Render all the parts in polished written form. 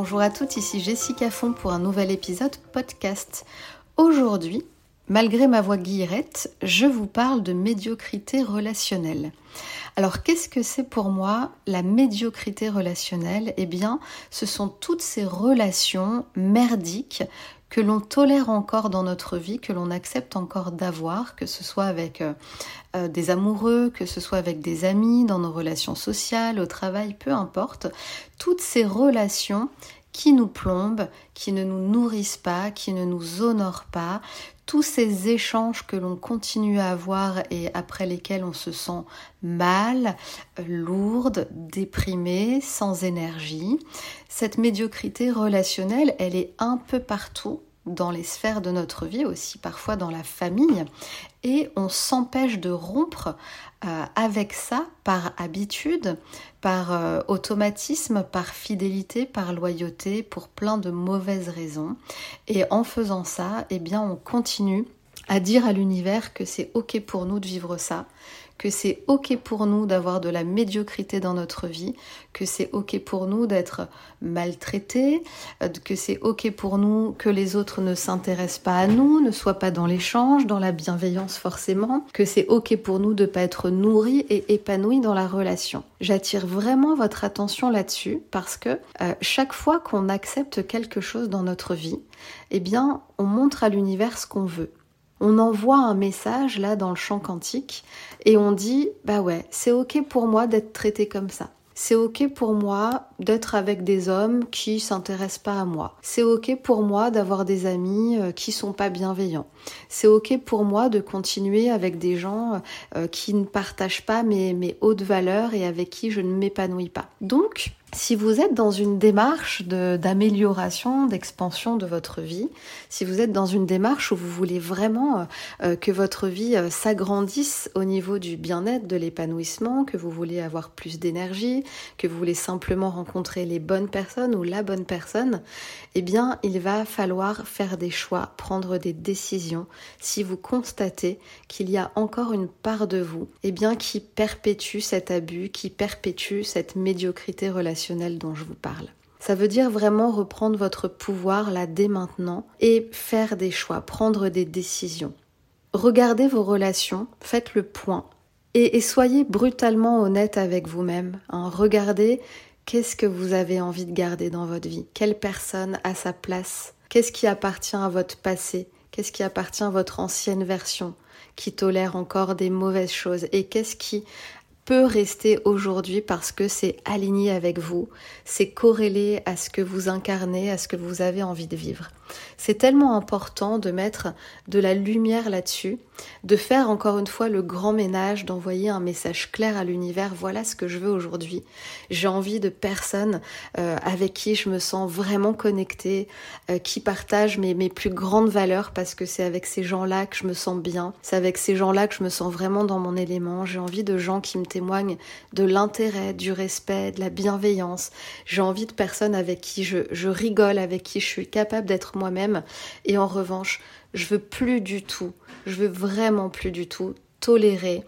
bonjour à toutes, ici Jessica Font pour un nouvel épisode podcast. Aujourd'hui, malgré ma voix guillerette, je vous parle de médiocrité relationnelle. Alors qu'est-ce que c'est pour moi la médiocrité relationnelle ? Eh bien, ce sont toutes ces relations merdiques que l'on tolère encore dans notre vie, que l'on accepte encore d'avoir, que ce soit avec des amoureux, que ce soit avec des amis, dans nos relations sociales, au travail, peu importe. Toutes ces relations qui nous plombent, qui ne nous nourrissent pas, qui ne nous honorent pas, tous ces échanges que l'on continue à avoir et après lesquels on se sent mal, lourde, déprimée, sans énergie. Cette médiocrité relationnelle, elle est un peu partout dans les sphères de notre vie, aussi parfois dans la famille, et on s'empêche de rompre avec ça par habitude, par automatisme, par fidélité, par loyauté, pour plein de mauvaises raisons. Et en faisant ça, eh bien, on continue à dire à l'univers que c'est ok pour nous de vivre ça, que c'est ok pour nous d'avoir de la médiocrité dans notre vie, que c'est ok pour nous d'être maltraités, que c'est ok pour nous que les autres ne s'intéressent pas à nous, ne soient pas dans l'échange, dans la bienveillance forcément, que c'est ok pour nous de ne pas être nourris et épanouis dans la relation. J'attire vraiment votre attention là-dessus parce que chaque fois qu'on accepte quelque chose dans notre vie, eh bien, on montre à l'univers ce qu'on veut. On envoie un message là dans le champ quantique et on dit bah ouais, c'est ok pour moi d'être traité comme ça. C'est ok pour moi d'être avec des hommes qui s'intéressent pas à moi. C'est ok pour moi d'avoir des amis qui sont pas bienveillants. C'est ok pour moi de continuer avec des gens qui ne partagent pas mes hautes valeurs et avec qui je ne m'épanouis pas. Donc, si vous êtes dans une démarche d'amélioration, d'expansion de votre vie, si vous êtes dans une démarche où vous voulez vraiment que votre vie s'agrandisse au niveau du bien-être, de l'épanouissement, que vous voulez avoir plus d'énergie, que vous voulez simplement rencontrer les bonnes personnes ou la bonne personne, eh bien, il va falloir faire des choix, prendre des décisions si vous constatez qu'il y a encore une part de vous, eh bien, qui perpétue cet abus, qui perpétue cette médiocrité relationnelle dont je vous parle. Ça veut dire vraiment reprendre votre pouvoir là dès maintenant et faire des choix, prendre des décisions. Regardez vos relations, faites le point et soyez brutalement honnête avec vous-même. Regardez qu'est-ce que vous avez envie de garder dans votre vie, quelle personne a sa place, qu'est-ce qui appartient à votre passé, qu'est-ce qui appartient à votre ancienne version qui tolère encore des mauvaises choses et qu'est-ce qui peut rester aujourd'hui parce que c'est aligné avec vous, c'est corrélé à ce que vous incarnez, à ce que vous avez envie de vivre. C'est tellement important de mettre de la lumière là-dessus, de faire encore une fois le grand ménage, d'envoyer un message clair à l'univers, voilà ce que je veux aujourd'hui. J'ai envie de personnes avec qui je me sens vraiment connectée, qui partagent mes plus grandes valeurs parce que c'est avec ces gens-là que je me sens bien, c'est avec ces gens-là que je me sens vraiment dans mon élément. J'ai envie de gens qui me témoignent de l'intérêt, du respect, de la bienveillance. J'ai envie de personnes avec qui je rigole, avec qui je suis capable d'être moi-même. Et en revanche, je veux vraiment plus du tout tolérer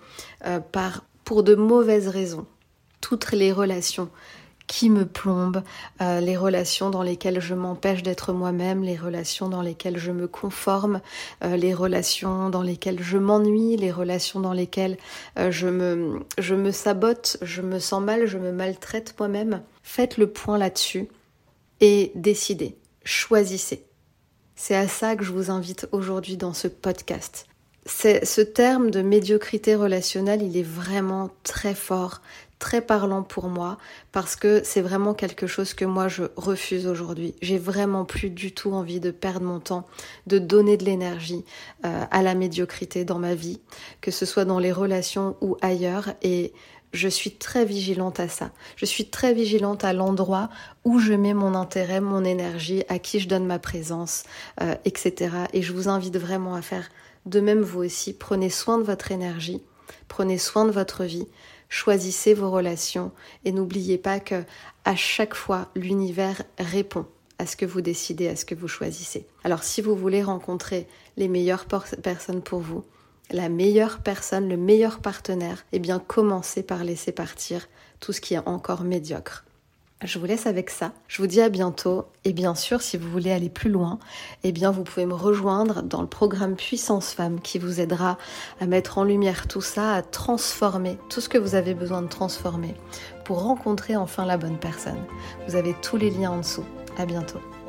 pour de mauvaises raisons toutes les relations qui me plombent, les relations dans lesquelles je m'empêche d'être moi-même, les relations dans lesquelles je me conforme, les relations dans lesquelles je m'ennuie, les relations dans lesquelles je me sabote, je me sens mal, je me maltraite moi-même. Faites le point là-dessus et décidez, choisissez. C'est à ça que je vous invite aujourd'hui dans ce podcast. Ce terme de médiocrité relationnelle, il est vraiment très fort, très parlant pour moi parce que c'est vraiment quelque chose que moi je refuse aujourd'hui. J'ai vraiment plus du tout envie de perdre mon temps, de donner de l'énergie à la médiocrité dans ma vie, que ce soit dans les relations ou ailleurs et je suis très vigilante à ça. Je suis très vigilante à l'endroit où je mets mon intérêt, mon énergie, à qui je donne ma présence, etc. Et je vous invite vraiment à faire de même vous aussi. Prenez soin de votre énergie, prenez soin de votre vie, choisissez vos relations et n'oubliez pas que à chaque fois, l'univers répond à ce que vous décidez, à ce que vous choisissez. Alors si vous voulez rencontrer les meilleures personnes pour vous, la meilleure personne, le meilleur partenaire, eh bien commencez par laisser partir tout ce qui est encore médiocre. Je vous laisse avec ça. Je vous dis à bientôt. Et bien sûr, si vous voulez aller plus loin, vous pouvez me rejoindre dans le programme Puissance Femme qui vous aidera à mettre en lumière tout ça, à transformer tout ce que vous avez besoin de transformer pour rencontrer enfin la bonne personne. Vous avez tous les liens en dessous. À bientôt.